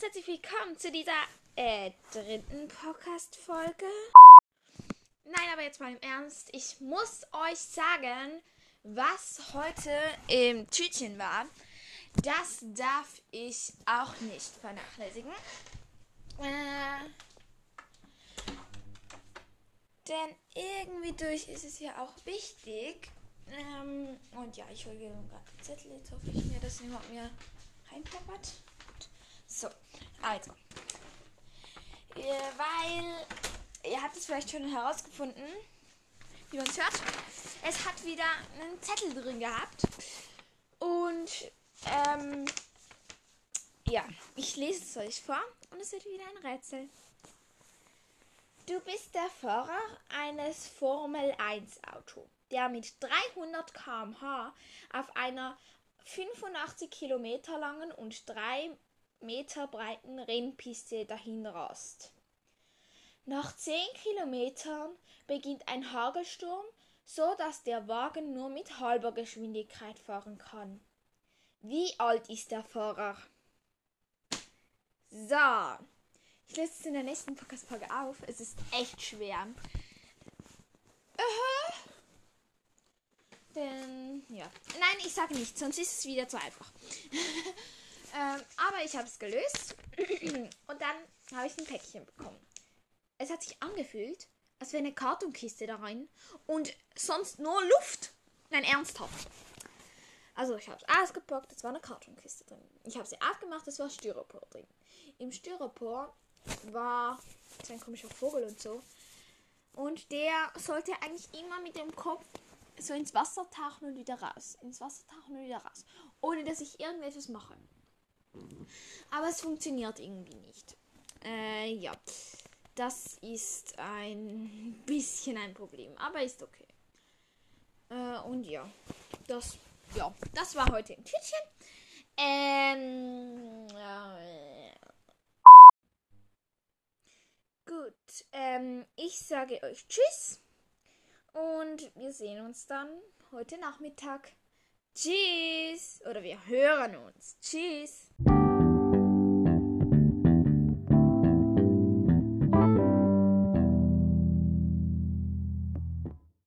ganz herzlich willkommen zu dieser dritten Podcast-Folge. Nein, aber jetzt mal im Ernst. Ich muss euch sagen, was heute im Tütchen war. Das darf ich auch nicht vernachlässigen. Denn irgendwie durch ist es ja auch wichtig. Und ja, ich hole hier gerade den Zettel. Jetzt hoffe ich mir, dass niemand mehr reinplappert. So, also. Weil, ihr habt es vielleicht schon herausgefunden, wie man es hört. Es hat wieder einen Zettel drin gehabt. Und, ja, ich lese es euch vor und es wird wieder ein Rätsel. Du bist der Fahrer eines Formel-1-Autos, der mit 300 km/h auf einer 85 Kilometer langen und 3 Meter breiten Rennpiste dahin rast. Nach 10 Kilometern beginnt ein Hagelsturm, so dass der Wagen nur mit halber Geschwindigkeit fahren kann. Wie alt ist der Fahrer? So. Ich lese es in der nächsten Podcast-Folge auf. Es ist echt schwer. Denn, ja. Nein, ich sage nichts, sonst ist es wieder zu einfach. Aber ich habe es gelöst. Und dann habe ich ein Päckchen bekommen. Es hat sich angefühlt, als wäre eine Kartonkiste da rein. Und sonst nur Luft. Nein, ernsthaft. Also ich habe es ausgepackt, es war eine Kartonkiste drin. Ich habe sie aufgemacht, es war Styropor drin. Im Styropor war so ein komischer Vogel und so. Und der sollte eigentlich immer mit dem Kopf so ins Wasser tauchen und wieder raus. Ins Wasser tauchen und wieder raus. Ohne dass ich irgendetwas mache. Aber es funktioniert irgendwie nicht. Ja. Das ist ein bisschen ein Problem. Aber ist okay. Und ja. Das war heute im Tütchen. Gut, ich sage euch Tschüss und wir sehen uns dann heute Nachmittag. Tschüss! Oder wir hören uns. Tschüss!